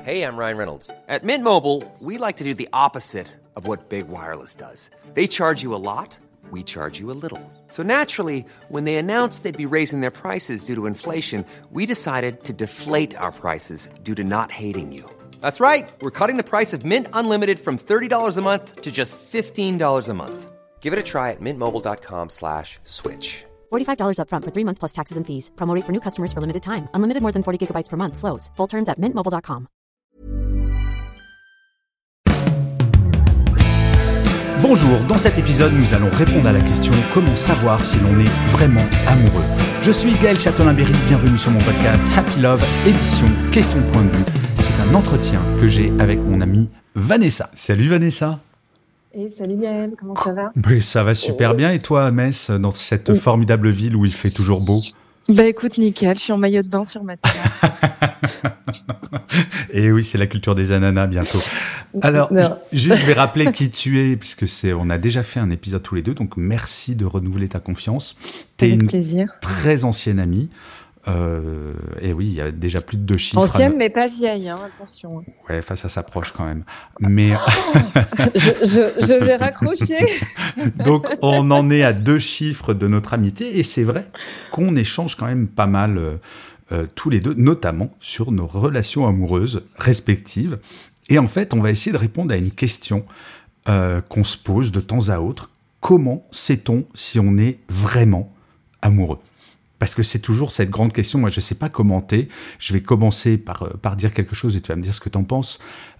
Hey, I'm Ryan Reynolds. At Mint Mobile, we like to do the opposite of what Big Wireless does. They charge you a lot, we charge you a little. So naturally, when they announced they'd be raising their prices due to inflation, we decided to deflate our prices due to not hating you. That's right. We're cutting the price of Mint Unlimited from $30 a month to just $15 a month. Give it a try at mintmobile.com/switch. $45 up front for 3 months plus taxes and fees. Promo rate for new customers for limited time. Unlimited more than 40 gigabytes per month. Slows full terms at mintmobile.com. Bonjour, dans cet épisode, nous allons répondre à la question « Comment savoir si l'on est vraiment amoureux ?» Je suis Gaël Châtelain-Berry, bienvenue sur mon podcast Happy Love, édition Question de point de vue. C'est un entretien que j'ai avec mon amie Vanessa. Salut Vanessa. Et salut Gaël, comment ça va ? Ça va super bien, et toi à Metz, dans cette formidable ville où il fait toujours beau ? Bah écoute, nickel, je suis en maillot de bain sur ma terrasse. Et oui, c'est la culture des ananas bientôt. Alors, je vais rappeler qui tu es, puisque on a déjà fait un épisode tous les deux, donc merci de renouveler ta confiance. T'es une très ancienne amie. Et oui, il y a déjà plus de 2 chiffres. Ancienne, mais pas vieille, hein, attention. Ouais, ça s'approche quand même. Mais je vais raccrocher. Donc, on en est à 2 chiffres de notre amitié, et c'est vrai qu'on échange quand même pas mal tous les deux, notamment sur nos relations amoureuses respectives. Et en fait, on va essayer de répondre à une question qu'on se pose de temps à autre. Comment sait-on si on est vraiment amoureux ? Parce que c'est toujours cette grande question. Moi, je ne sais pas commenter. Je vais commencer par dire quelque chose et tu vas me dire ce que tu en penses.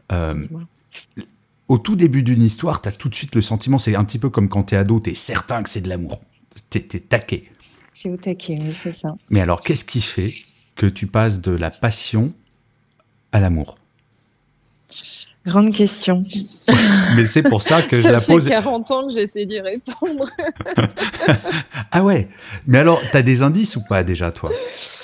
Au tout début d'une histoire, tu as tout de suite le sentiment, c'est un petit peu comme quand tu es ado, tu es certain que c'est de l'amour. Tu es taqué. Tu es au taquet, oui, c'est ça. Mais alors, qu'est-ce qui fait que tu passes de la passion à l'amour ? Grande question. Mais c'est pour ça que je la pose. Ça fait 40 ans que j'essaie d'y répondre. Ah ouais. Mais alors, t'as des indices ou pas déjà, toi ?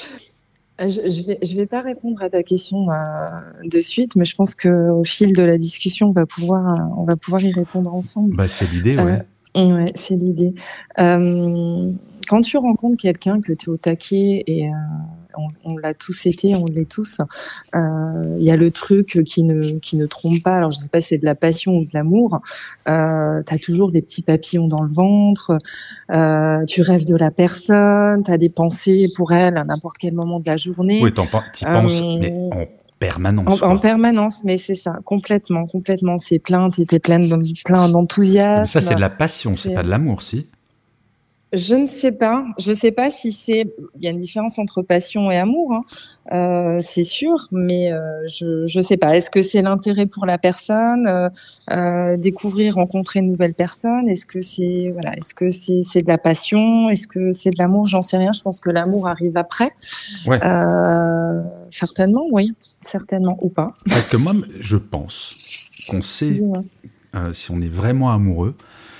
Je vais pas répondre à ta question de suite, mais je pense qu'au fil de la discussion, on va pouvoir y répondre ensemble. Bah, c'est l'idée, ouais. Ouais, c'est l'idée. Quand tu rencontres quelqu'un que tu es au taquet, et on l'a tous été, on l'est tous, il y a le truc qui ne trompe pas. Alors, je sais pas si c'est de la passion ou de l'amour. Tu as toujours des petits papillons dans le ventre. Tu rêves de la personne. Tu as des pensées pour elle à n'importe quel moment de la journée. Oui, t'y penses, mais en permanence. En permanence, mais c'est ça, complètement. C'est plein, t'étais plein d'enthousiasme. Mais ça, c'est de la passion, c'est pas de l'amour, si ? Je ne sais pas. Je sais pas si il y a une différence entre passion et amour, hein. C'est sûr, mais je sais pas. Est-ce que c'est l'intérêt pour la personne, découvrir, rencontrer une nouvelle personne ? Est-ce que c'est de la passion ? Est-ce que c'est de l'amour ? J'en sais rien. Je pense que l'amour arrive après. Ouais. Certainement, oui. Certainement, ou pas. Parce que moi, je pense qu'on sait si on est vraiment amoureux.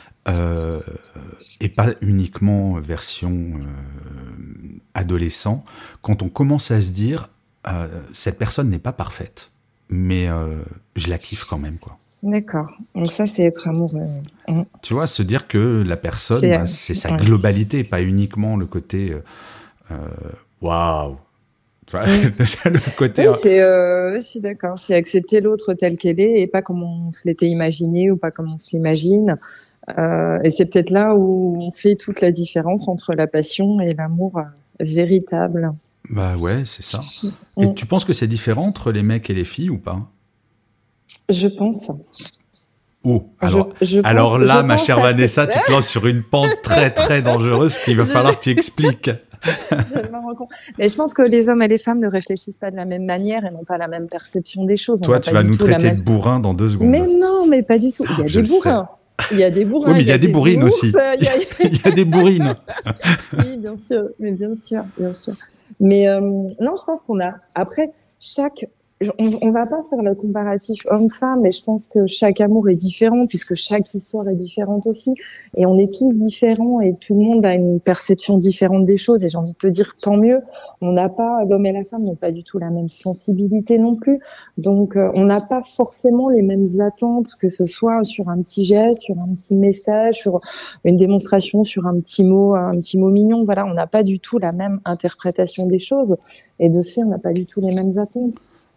Et pas uniquement version adolescent, quand on commence à se dire cette personne n'est pas parfaite, mais je la kiffe quand même, quoi. D'accord, donc ça c'est être amoureux. Tu vois, se dire que la personne, c'est sa globalité, pas uniquement le côté waouh. Le côté. Oui, je suis d'accord, c'est accepter l'autre telle qu'elle est et pas comme on se l'était imaginé ou pas comme on se l'imagine. Et c'est peut-être là où on fait toute la différence entre la passion et l'amour véritable. Bah ouais, c'est ça. Et tu penses que c'est différent entre les mecs et les filles ou pas ? Je pense. Oh, alors là, ma chère Vanessa, tu te lances sur une pente très très dangereuse qu'il va falloir que tu expliques. Mais je pense que les hommes et les femmes ne réfléchissent pas de la même manière et n'ont pas la même perception des choses. Toi, tu vas nous traiter de bourrin dans 2 secondes. Mais non, mais pas du tout. Il y a des bourrins. Il y a des bourrins. Oui, mais il y a des bourrines aussi. Il y a des bourrines. Oui, bien sûr. Mais non, je pense qu'on a. Après, on va pas faire le comparatif homme-femme, mais je pense que chaque amour est différent puisque chaque histoire est différente aussi. Et on est tous différents et tout le monde a une perception différente des choses. Et j'ai envie de te dire, tant mieux. L'homme et la femme n'ont pas du tout la même sensibilité non plus. Donc, on n'a pas forcément les mêmes attentes, que ce soit sur un petit geste, sur un petit message, sur une démonstration, sur un petit mot mignon. Voilà, on n'a pas du tout la même interprétation des choses. Et de ce fait, on n'a pas du tout les mêmes attentes.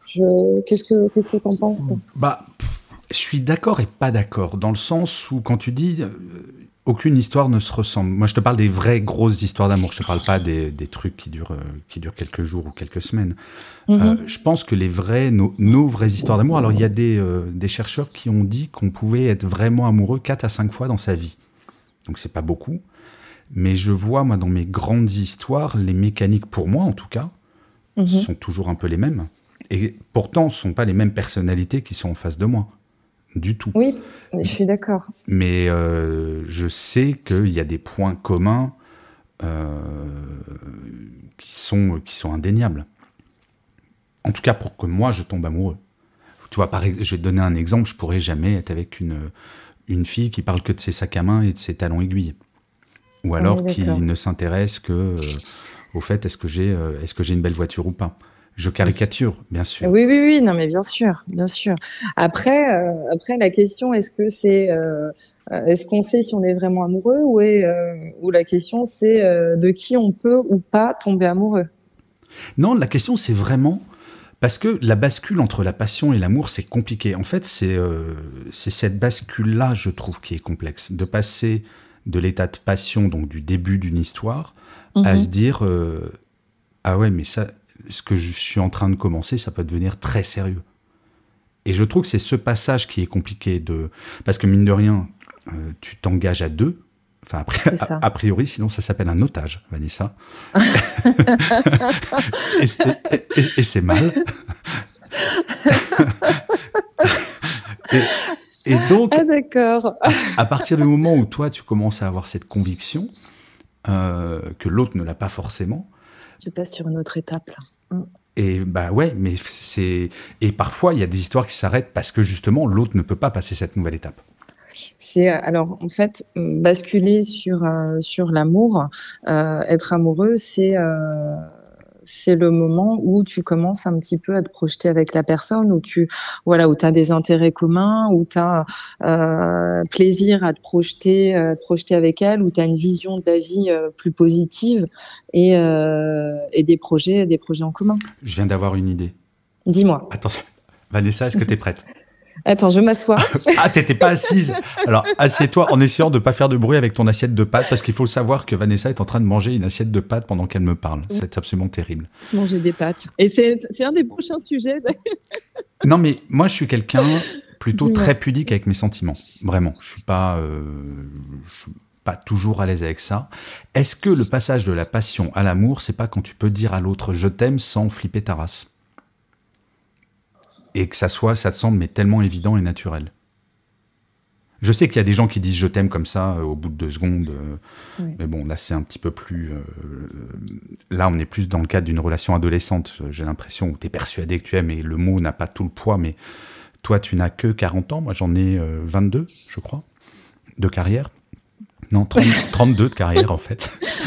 Qu'est-ce que t'en penses? Bah, je suis d'accord et pas d'accord, dans le sens où quand tu dis aucune histoire ne se ressemble. Moi, je te parle des vraies grosses histoires d'amour. Je te parle pas des trucs qui durent quelques jours ou quelques semaines. Je pense que nos vraies histoires d'amour. Alors, il y a des chercheurs qui ont dit qu'on pouvait être vraiment amoureux 4 à 5 fois dans sa vie. Donc, c'est pas beaucoup. Mais je vois, moi, dans mes grandes histoires, les mécaniques, pour moi en tout cas, sont toujours un peu les mêmes. Et pourtant, ce ne sont pas les mêmes personnalités qui sont en face de moi. Du tout. Oui, je suis d'accord. Mais je sais qu'il y a des points communs qui sont indéniables. En tout cas, pour que moi, je tombe amoureux. Tu vois, je vais te donner un exemple. Je ne pourrais jamais être avec une fille qui parle que de ses sacs à main et de ses talons aiguilles. Ou alors qui ne s'intéresse que au fait, est-ce que j'ai une belle voiture ou pas. Je caricature, bien sûr. Oui, non, mais bien sûr. Après, la question, est-ce qu'on sait si on est vraiment amoureux ou la question, c'est de qui on peut ou pas tomber amoureux? Non, la question, c'est vraiment parce que la bascule entre la passion et l'amour, c'est compliqué. En fait, c'est cette bascule-là, je trouve, qui est complexe. De passer de l'état de passion, donc du début d'une histoire, à se dire ah ouais, mais ça, ce que je suis en train de commencer, ça peut devenir très sérieux. Et je trouve que c'est ce passage qui est compliqué parce que mine de rien, tu t'engages à deux. Enfin, a priori, sinon ça s'appelle un otage, Vanessa. et c'est mal. et donc, d'accord. à partir du moment où toi, tu commences à avoir cette conviction que l'autre ne l'a pas forcément, tu passes sur une autre étape, là. Et bah ouais, mais et parfois il y a des histoires qui s'arrêtent parce que justement l'autre ne peut pas passer cette nouvelle étape. Alors en fait, basculer sur l'amour, être amoureux, c'est le moment où tu commences un petit peu à te projeter avec la personne, où tu as des intérêts communs, où tu as plaisir à te projeter avec elle, où tu as une vision de la vie plus positive et des projets en commun. Je viens d'avoir une idée. Dis-moi. Attends, Vanessa, est-ce que tu es prête? Attends, je m'assois. Ah, t'étais pas assise. Alors, assieds-toi en essayant de pas faire de bruit avec ton assiette de pâtes, parce qu'il faut savoir que Vanessa est en train de manger une assiette de pâtes pendant qu'elle me parle. C'est absolument terrible. Manger des pâtes. Et c'est un des prochains sujets. Non, mais moi, je suis quelqu'un plutôt très pudique avec mes sentiments. Vraiment. Je suis pas toujours à l'aise avec ça. Est-ce que le passage de la passion à l'amour, c'est pas quand tu peux dire à l'autre « je t'aime » sans flipper ta race? Et que ça te semble mais tellement évident et naturel. Je sais qu'il y a des gens qui disent je t'aime comme ça au bout de 2 secondes, oui. Mais bon, là c'est un petit peu plus... là on est plus dans le cadre d'une relation adolescente, j'ai l'impression, où tu es persuadé que tu aimes et le mot n'a pas tout le poids, mais toi tu n'as que 40 ans, moi j'en ai 22 je crois, de carrière. Non, 32 de carrière en fait.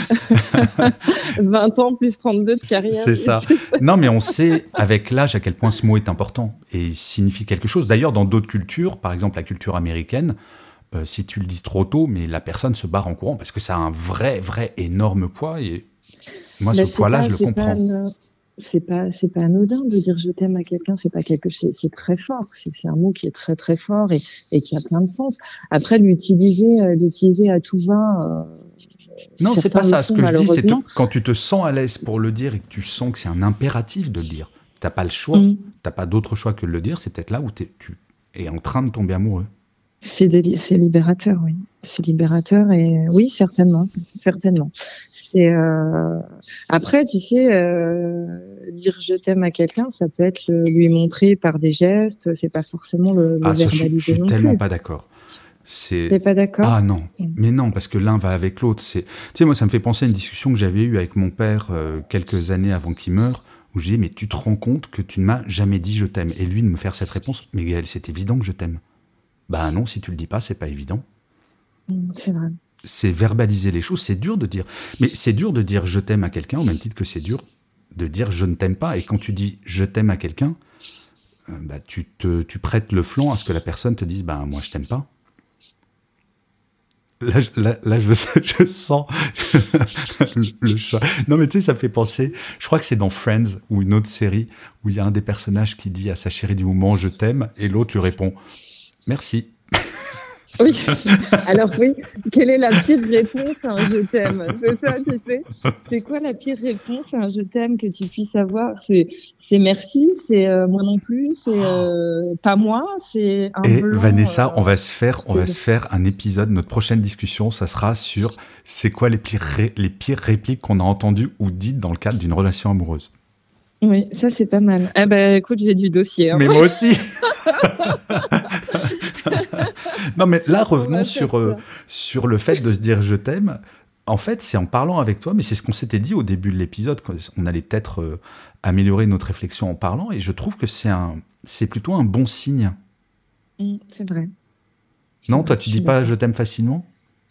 20 ans plus 32 de carrière. C'est ça. Non, mais on sait avec l'âge à quel point ce mot est important et il signifie quelque chose. D'ailleurs, dans d'autres cultures, par exemple la culture américaine, si tu le dis trop tôt, mais la personne se barre en courant parce que ça a un vrai énorme poids et moi, ce poids-là, je le comprends. C'est pas anodin de dire je t'aime à quelqu'un, c'est très fort, c'est un mot qui est très très fort et qui a plein de sens. Après l'utiliser à tout va. Non, c'est pas ça. Ce que je dis, c'est quand tu te sens à l'aise pour le dire et que tu sens que c'est un impératif de le dire. T'as pas le choix, t'as pas d'autre choix que de le dire. C'est peut-être là où tu es en train de tomber amoureux. C'est libérateur, oui. C'est libérateur et oui, certainement. Et après, tu sais, dire je t'aime à quelqu'un, ça peut être lui montrer par des gestes, c'est pas forcément le verbaliser. Je suis tellement pas d'accord. T'es pas d'accord? Ah non, mais non, parce que l'un va avec l'autre. Tu sais, moi, ça me fait penser à une discussion que j'avais eue avec mon père quelques années avant qu'il meure, où je dis mais tu te rends compte que tu ne m'as jamais dit je t'aime? Et lui de me faire cette réponse, mais Gaël, c'est évident que je t'aime. Bah non, si tu le dis pas, c'est pas évident. C'est vrai. C'est verbaliser les choses, c'est dur de dire. Mais c'est dur de dire je t'aime à quelqu'un, au même titre que c'est dur de dire je ne t'aime pas. Et quand tu dis je t'aime à quelqu'un, bah, tu prêtes le flanc à ce que la personne te dise bah moi je t'aime pas. Là, je sens le chat. Non, mais tu sais, ça me fait penser. Je crois que c'est dans Friends ou une autre série où il y a un des personnages qui dit à sa chérie du moment je t'aime et l'autre lui répond merci. Oui. Alors oui, quelle est la pire réponse à un je t'aime? C'est ça, tu sais. C'est quoi la pire réponse à un je t'aime que tu puisses avoir? C'est merci, c'est moi non plus, c'est pas moi, c'est un Et blanc. Vanessa, on va se faire un épisode. Notre prochaine discussion, ça sera sur c'est quoi les pires répliques qu'on a entendues ou dites dans le cadre d'une relation amoureuse. Oui, ça c'est pas mal. Ah bah écoute, j'ai du dossier. Hein. Mais moi aussi. Non, mais là, revenons sur le fait de se dire je t'aime. En fait, c'est en parlant avec toi, mais c'est ce qu'on s'était dit au début de l'épisode, qu'on allait peut-être améliorer notre réflexion en parlant, et je trouve que c'est plutôt un bon signe. C'est vrai. Non, toi, tu dis pas je t'aime facilement ?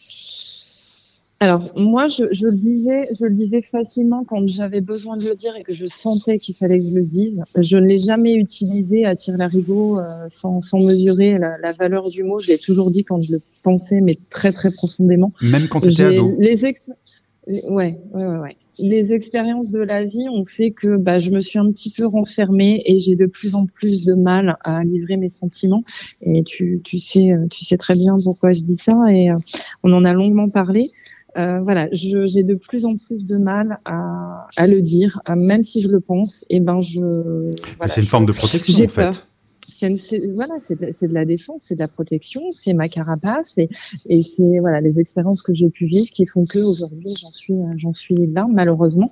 Alors, moi, je le disais facilement quand j'avais besoin de le dire et que je sentais qu'il fallait que je le dise. Je ne l'ai jamais utilisé à tire-larigot sans mesurer la valeur du mot. Je l'ai toujours dit quand je le pensais, mais très, très profondément. Même quand tu étais ado ? Ouais. Les expériences de la vie ont fait que je me suis un petit peu renfermée et j'ai de plus en plus de mal à livrer mes sentiments. Et tu sais très bien pourquoi je dis ça et on en a longuement parlé. Voilà, j'ai de plus en plus de mal à le dire, même si je le pense. C'est une forme de protection en fait. C'est de la défense, c'est de la protection, c'est ma carapace et c'est les expériences que j'ai pu vivre qui font que aujourd'hui j'en suis là malheureusement.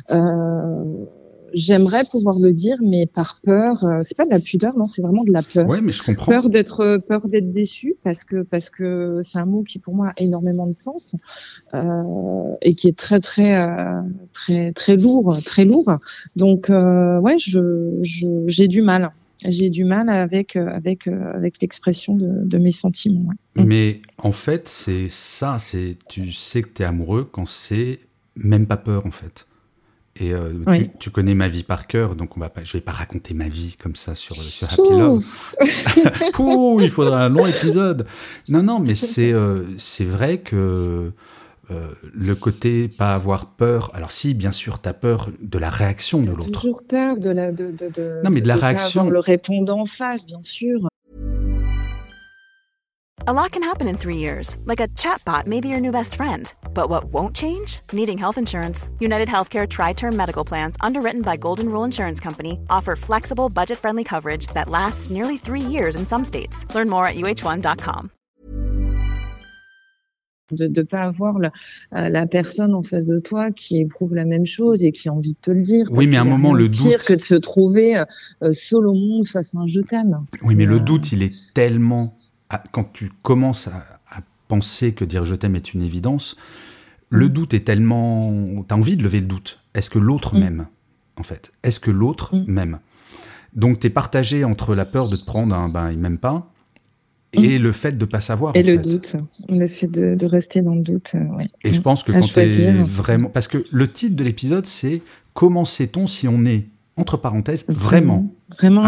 J'aimerais pouvoir le dire, mais par peur. C'est pas de la pudeur, non, c'est vraiment de la peur. Ouais, mais je comprends. Peur d'être déçu, parce que c'est un mot qui pour moi a énormément de sens et qui est très très lourd, très lourd. Donc j'ai du mal. J'ai du mal avec l'expression de mes sentiments. Ouais. Mais en fait, c'est ça. Tu sais que t'es amoureux quand c'est même pas peur en fait. Et oui. tu connais ma vie par cœur, donc je vais pas raconter ma vie comme ça sur Happy Love. Pouh, il faudra un long épisode. Non, mais c'est vrai que le côté pas avoir peur. Alors si, bien sûr, t'as peur de la réaction de l'autre. Toujours peur de non, mais de la réaction. Le répondant en face, bien sûr. A lot can happen in 3 years, like a chatbot may be your new best friend. But what won't change? Needing health insurance. United Healthcare Tri-Term Medical Plans, underwritten by Golden Rule Insurance Company, offer flexible, budget-friendly coverage that lasts nearly 3 years in some states. Learn more at uh1.com. De pas avoir la personne en face de toi qui éprouve la même chose et qui a envie de te le dire. Oui, mais à un moment, le doute... pire que de se trouver seul au monde face à un je t'aime. Oui, mais le doute, il est tellement... Quand tu commences à penser que dire je t'aime est une évidence, le doute est tellement... T'as envie de lever le doute. Est-ce que l'autre m'aime, en fait ? Est-ce que l'autre m'aime ? Donc, t'es partagé entre la peur de te prendre un « il m'aime pas » et le fait de ne pas savoir, et le doute, le fait de rester dans le doute, ouais. Et je pense que quand tu es vraiment... Parce que le titre de l'épisode, c'est « Comment sait-on si on est, entre parenthèses, vraiment amoureux ?»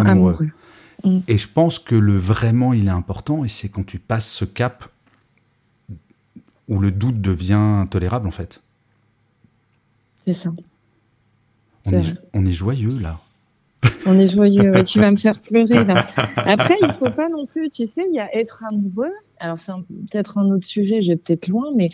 Et je pense que le « vraiment », il est important, et c'est quand tu passes ce cap où le doute devient intolérable, en fait. C'est ça. On est joyeux, là. On est joyeux, ouais, tu vas me faire pleurer là. Après, il faut pas non plus, tu sais, il y a être amoureux. Alors c'est peut-être un autre sujet, j'ai peut-être loin, mais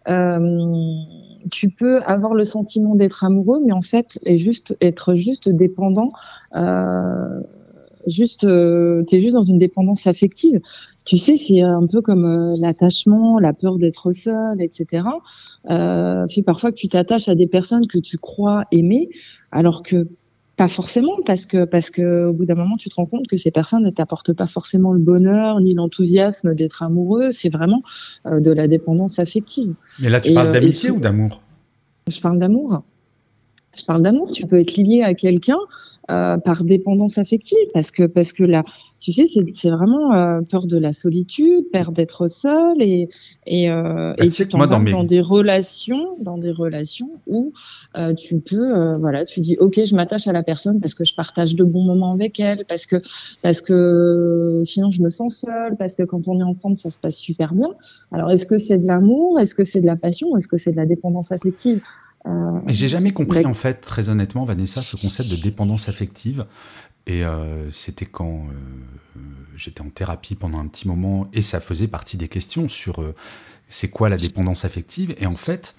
tu peux avoir le sentiment d'être amoureux, mais en fait, être juste dépendant. T'es juste dans une dépendance affective. Tu sais, c'est un peu comme l'attachement, la peur d'être seul, etc. Puis parfois que tu t'attaches à des personnes que tu crois aimer, alors que pas forcément, parce que au bout d'un moment, tu te rends compte que ces personnes ne t'apportent pas forcément le bonheur ni l'enthousiasme d'être amoureux. C'est vraiment de la dépendance affective. Mais là, tu parles d'amitié ou d'amour ? Je parle d'amour. Tu peux être lié à quelqu'un par dépendance affective, parce que tu sais, c'est vraiment peur de la solitude, peur d'être seul et Tu sais tu que moi, t'embarques dans des relations où tu peux, voilà, tu dis, ok, je m'attache à la personne parce que je partage de bons moments avec elle, parce que sinon je me sens seule, parce que quand on est ensemble, ça se passe super bien. Alors, est-ce que c'est de l'amour, est-ce que c'est de la passion, ou est-ce que c'est de la dépendance affective? Mais j'ai jamais compris, la- en fait, très honnêtement, Vanessa, ce concept de dépendance affective. Et c'était quand j'étais en thérapie pendant un petit moment, et ça faisait partie des questions sur c'est quoi la dépendance affective. Et en fait,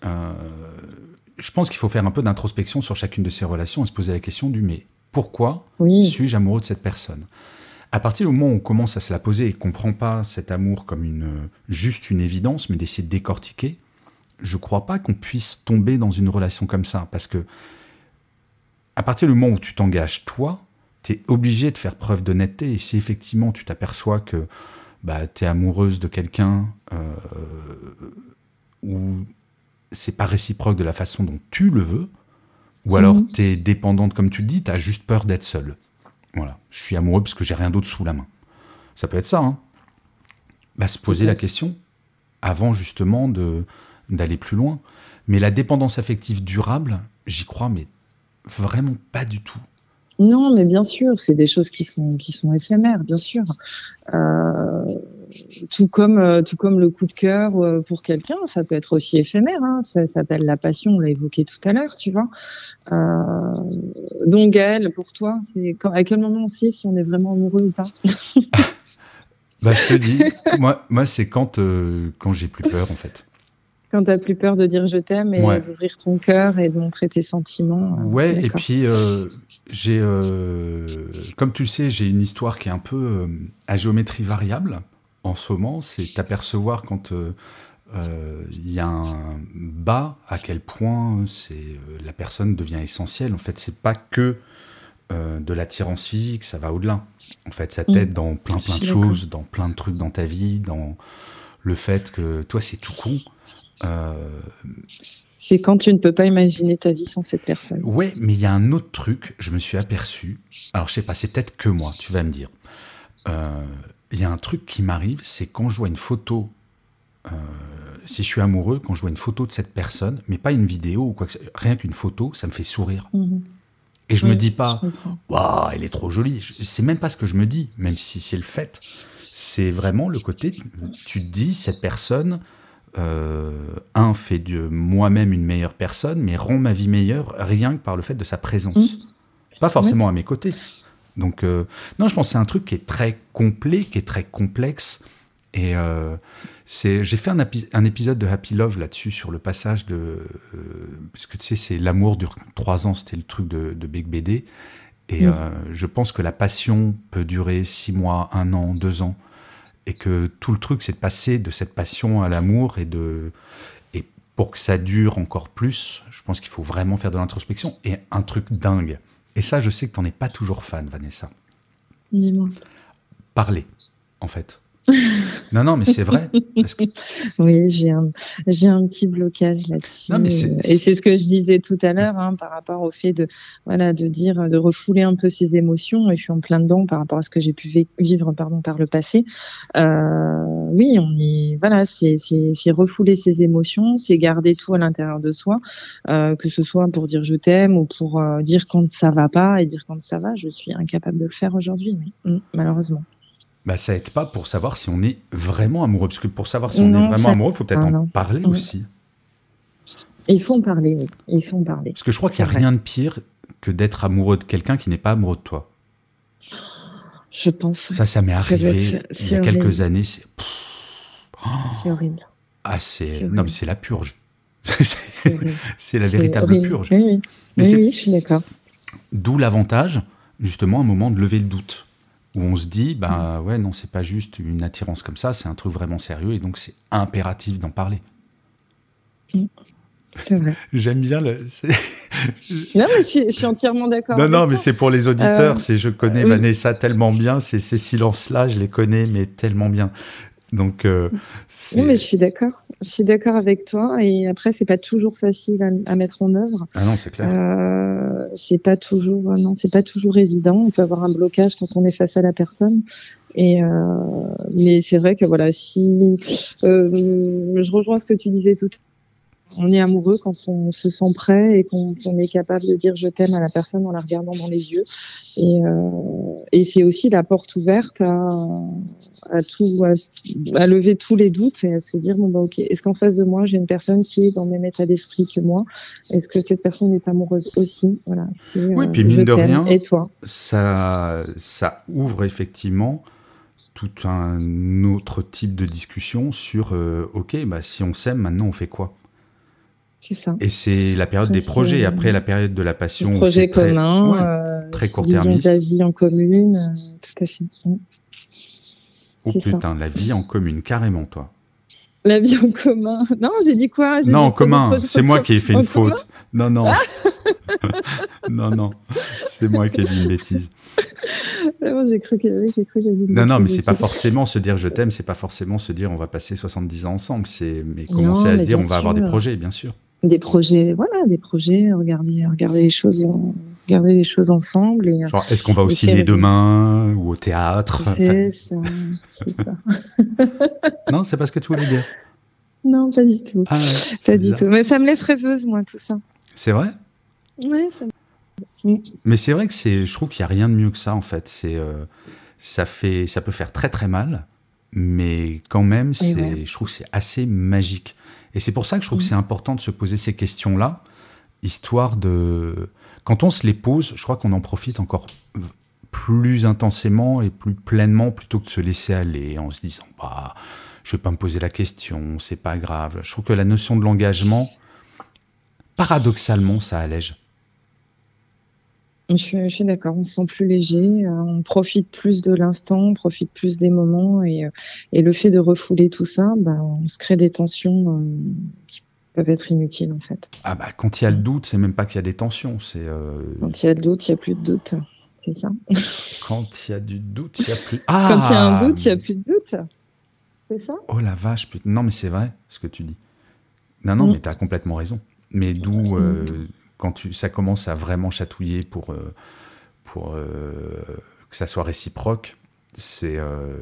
je pense qu'il faut faire un peu d'introspection sur chacune de ces relations et se poser la question du mais pourquoi Oui, suis-je amoureux de cette personne? À partir du moment où on commence à se la poser et qu'on ne prend pas cet amour comme juste une évidence, mais d'essayer de décortiquer, je ne crois pas qu'on puisse tomber dans une relation comme ça. Parce que à partir du moment où tu t'engages, toi, tu es obligé de faire preuve d'honnêteté. Et si effectivement tu t'aperçois que tu es amoureuse de quelqu'un où c'est pas réciproque de la façon dont tu le veux, ou alors tu es dépendante, comme tu le dis, tu as juste peur d'être seule. Voilà, je suis amoureux parce que j'ai rien d'autre sous la main. Ça peut être ça, hein. Se poser la question avant justement d'aller plus loin. Mais la dépendance affective durable, j'y crois, mais vraiment pas du tout. non, mais bien sûr, c'est des choses qui sont éphémères, bien sûr. Tout comme le coup de cœur pour quelqu'un, ça peut être aussi éphémère. Hein. Ça s'appelle la passion, on l'a évoqué tout à l'heure, tu vois. Donc Gaël, pour toi, à quel moment on sait si on est vraiment amoureux ou pas? Je te dis, moi c'est quand j'ai plus peur, en fait. Quand t'as plus peur de dire je t'aime et Ouais. d'ouvrir ton cœur et de montrer tes sentiments. Ouais, et D'accord. puis j'ai, comme tu le sais, j'ai une histoire qui est un peu à géométrie variable en ce moment. C'est t'apercevoir quand il y a un bas, à quel point la personne devient essentielle. En fait, c'est pas que de l'attirance physique, ça va au-delà. En fait, ça t'aide dans plein de choses, dans plein de trucs dans ta vie, dans le fait que toi, c'est tout con. C'est quand tu ne peux pas imaginer ta vie sans cette personne. Ouais, mais il y a un autre truc, je me suis aperçu. Alors, je sais pas, c'est peut-être que moi, tu vas me dire. Il y a un truc qui m'arrive, c'est quand je vois une photo, si je suis amoureux, quand je vois une photo de cette personne, mais pas une vidéo ou quoi que ce soit, rien qu'une photo, ça me fait sourire. Et je me dis pas, waouh, elle est trop jolie. C'est même pas ce que je me dis, même si c'est le fait. C'est vraiment le côté, tu te dis, cette personne, fait de moi-même une meilleure personne, mais rend ma vie meilleure rien que par le fait de sa présence. Pas forcément à mes côtés. Donc, non, je pense que c'est un truc qui est très complet, qui est très complexe. Et j'ai fait un épisode de Happy Love là-dessus, sur le passage de... parce que tu sais, c'est l'amour dure 3 ans, c'était le truc de Big BD. Et je pense que la passion peut durer 6 mois, 1 an, 2 ans. Et que tout le truc, c'est de passer de cette passion à l'amour. Et pour que ça dure encore plus, je pense qu'il faut vraiment faire de l'introspection. Et un truc dingue. Et ça, je sais que t'en es pas toujours fan, Vanessa. Dis-moi. Parler, en fait. Non, mais c'est vrai. Parce que... Oui, j'ai un petit blocage là-dessus. Non, mais et c'est ce que je disais tout à l'heure, hein, par rapport au fait de dire, de refouler un peu ses émotions. Et je suis en plein dedans par rapport à ce que j'ai pu vivre, par le passé. Oui, c'est refouler ses émotions, c'est garder tout à l'intérieur de soi, que ce soit pour dire je t'aime ou pour dire quand ça va pas et dire quand ça va. Je suis incapable de le faire aujourd'hui, malheureusement. Ça aide pas pour savoir si on est vraiment amoureux. Parce que pour savoir si on est vraiment amoureux, il faut peut-être en parler aussi. Il faut en parler, oui. Il faut en parler. Parce que je crois qu'il n'y a rien de pire que d'être amoureux de quelqu'un qui n'est pas amoureux de toi. Je pense. Ça m'est arrivé il y a quelques années. C'est horrible. Non, mais c'est la purge. C'est la véritable purge. Oui, je suis d'accord. D'où l'avantage, justement, à un moment de lever le doute. Où on se dit, ouais, non, c'est pas juste une attirance comme ça, c'est un truc vraiment sérieux, et donc c'est impératif d'en parler. C'est vrai. J'aime bien Non, mais je suis entièrement d'accord. Non, mais c'est pour les auditeurs, je connais Vanessa tellement bien, ces silences-là, je les connais, mais tellement bien. Donc, Non, mais je suis d'accord. Je suis d'accord avec toi. Et après, c'est pas toujours facile à mettre en œuvre. Ah non, c'est clair. C'est pas toujours évident. On peut avoir un blocage quand on est face à la personne. Mais c'est vrai que voilà, si je rejoins ce que tu disais tout à l'heure. On est amoureux quand on se sent prêt et qu'on est capable de dire je t'aime à la personne en la regardant dans les yeux. Et c'est aussi la porte ouverte à lever tous les doutes et à se dire bon bah ok, est-ce qu'en face de moi j'ai une personne qui est dans le même état d'esprit que moi? Est-ce que cette personne est amoureuse aussi? Voilà. Oui, puis mine de rien, et toi? Ça ouvre effectivement tout un autre type de discussion sur ok, bah si on s'aime, maintenant on fait quoi? C'est ça. Et c'est la période des projets. Après, la période de la passion, projet c'est très, commun, très court-termiste. La vie en commune, tout à fait. Oh c'est putain, la vie en commune, carrément, toi. La vie en commun. Non, j'ai dit quoi? Non, en commun. C'est moi qui ai fait une faute. Non. Non, c'est moi qui ai dit une bêtise. J'ai cru que j'ai dit. Non, mais c'est pas forcément se dire je t'aime, c'est pas forcément se dire on va passer 70 ans ensemble. Mais commencer à se dire on va avoir des projets, bien sûr. Des projets, regarder les choses ensemble. Genre, est-ce qu'on va au ciné demain ou au théâtre? C'est ça. Non, c'est pas ce que tu voulais dire. Non, pas du tout. Ah ouais, pas du tout. Mais ça me laisse rêveuse, moi, tout ça. C'est vrai? Ouais, ça me... Mais c'est vrai que je trouve qu'il n'y a rien de mieux que ça, en fait. Ça peut faire très très mal, mais quand même, je trouve que c'est assez magique. Et c'est pour ça que je trouve que c'est important de se poser ces questions-là, histoire de... Quand on se les pose, je crois qu'on en profite encore plus intensément et plus pleinement plutôt que de se laisser aller en se disant bah, je ne vais pas me poser la question, c'est pas grave. Je trouve que la notion de l'engagement, paradoxalement, ça allège. Je suis d'accord, on se sent plus léger, on profite plus de l'instant, on profite plus des moments et le fait de refouler tout ça, on se crée des tensions qui peuvent être inutiles en fait. Ah bah quand il y a le doute, c'est même pas qu'il y a des tensions, c'est... Quand il y a le doute, il n'y a plus de doute, c'est ça. Quand il y a du doute, il n'y a plus... Ah quand il y a un doute, il n'y a plus de doute, c'est ça. Oh la vache, putain. Non mais c'est vrai ce que tu dis. Non mais t'as complètement raison. Mais d'où... quand ça commence à vraiment chatouiller pour que ça soit réciproque, c'est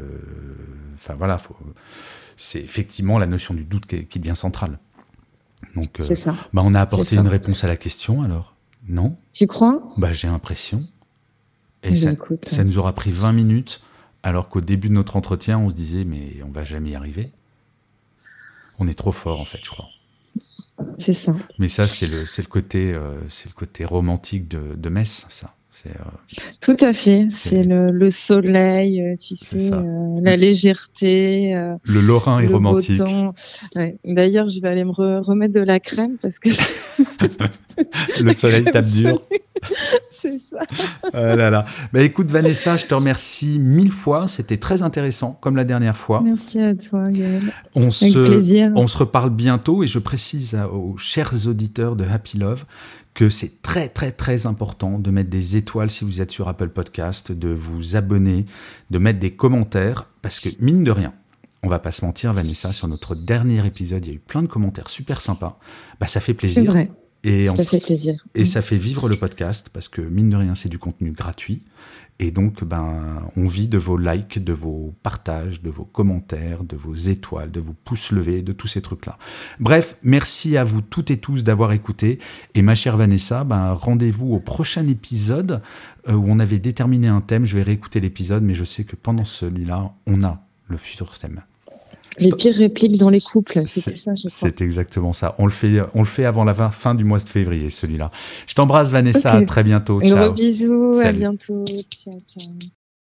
c'est effectivement la notion du doute qui devient centrale. Donc, on a apporté une réponse à la question alors, non? Tu crois? J'ai l'impression. Et ça nous aura pris 20 minutes, alors qu'au début de notre entretien, on se disait mais on va jamais y arriver. On est trop fort en fait, je crois. C'est ça. Mais ça, c'est le côté romantique de Metz, ça. Tout à fait. C'est le soleil, tu sais, la légèreté. Le Lorrain est romantique. Ouais. D'ailleurs, je vais aller me remettre de la crème parce que... Le soleil tape dur. C'est ça. Là là. Écoute Vanessa, je te remercie 1000 fois. C'était très intéressant, comme la dernière fois. Merci à toi, Gaël. On se reparle bientôt et je précise aux chers auditeurs de Happy Love que c'est très très très important de mettre des étoiles si vous êtes sur Apple Podcast, de vous abonner, de mettre des commentaires parce que mine de rien, on va pas se mentir Vanessa, sur notre dernier épisode, il y a eu plein de commentaires super sympas. Ça fait plaisir. C'est vrai. Ça fait plaisir. Et ça fait vivre le podcast parce que mine de rien, c'est du contenu gratuit. Et donc, on vit de vos likes, de vos partages, de vos commentaires, de vos étoiles, de vos pouces levés, de tous ces trucs-là. Bref, merci à vous toutes et tous d'avoir écouté. Et ma chère Vanessa, rendez-vous au prochain épisode où on avait déterminé un thème. Je vais réécouter l'épisode, mais je sais que pendant celui-là, on a le futur thème. Les pires répliques dans les couples, c'est ça, je crois. C'est exactement ça. On le fait avant la fin du mois de février, celui-là. Je t'embrasse, Vanessa. Okay. À très bientôt. Ciao. Gros bisous. Salut. À bientôt. Ciao, ciao.